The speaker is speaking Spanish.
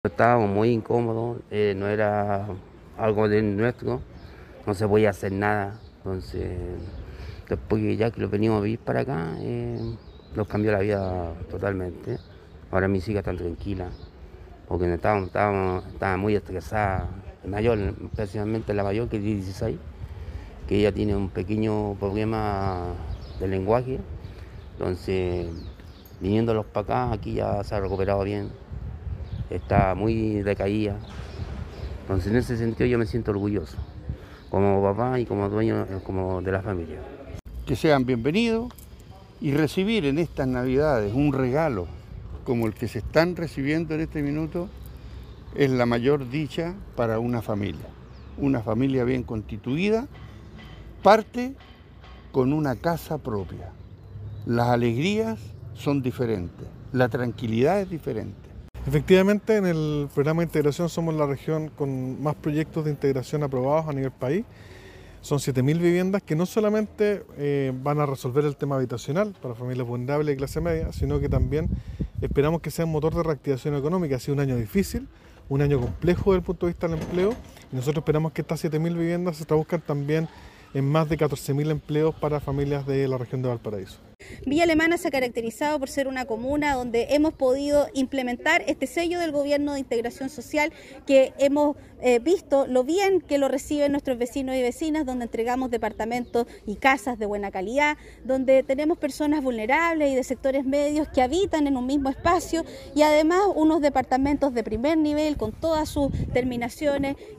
Estábamos muy incómodos, no era algo de nuestro, no se podía hacer nada. Entonces, después ya que lo venimos a vivir para acá, nos cambió la vida totalmente. Ahora mis hijas están tranquilas, porque no estaban muy estresadas. La mayor, especialmente la mayor, que tiene 16, que ella tiene un pequeño problema de lenguaje. Entonces, viniéndolos para acá, aquí ya se ha recuperado bien, está muy decaída. Entonces, en ese sentido yo me siento orgulloso, como papá y como dueño como de la familia. Que sean bienvenidos y recibir en estas Navidades un regalo como el que se están recibiendo en este minuto es la mayor dicha para una familia bien constituida, parte con una casa propia. Las alegrías son diferentes, la tranquilidad es diferente. Efectivamente, en el programa de integración somos la región con más proyectos de integración aprobados a nivel país. Son 7.000 viviendas que no solamente van a resolver el tema habitacional para familias vulnerables y clase media, sino que también esperamos que sea un motor de reactivación económica. Ha sido un año difícil, un año complejo desde el punto de vista del empleo, y nosotros esperamos que estas 7.000 viviendas se traduzcan también en más de 14.000 empleos para familias de la región de Valparaíso. Villa Alemana se ha caracterizado por ser una comuna donde hemos podido implementar este sello del gobierno de integración social, que hemos visto lo bien que lo reciben nuestros vecinos y vecinas, donde entregamos departamentos y casas de buena calidad, donde tenemos personas vulnerables y de sectores medios que habitan en un mismo espacio, y además unos departamentos de primer nivel con todas sus terminaciones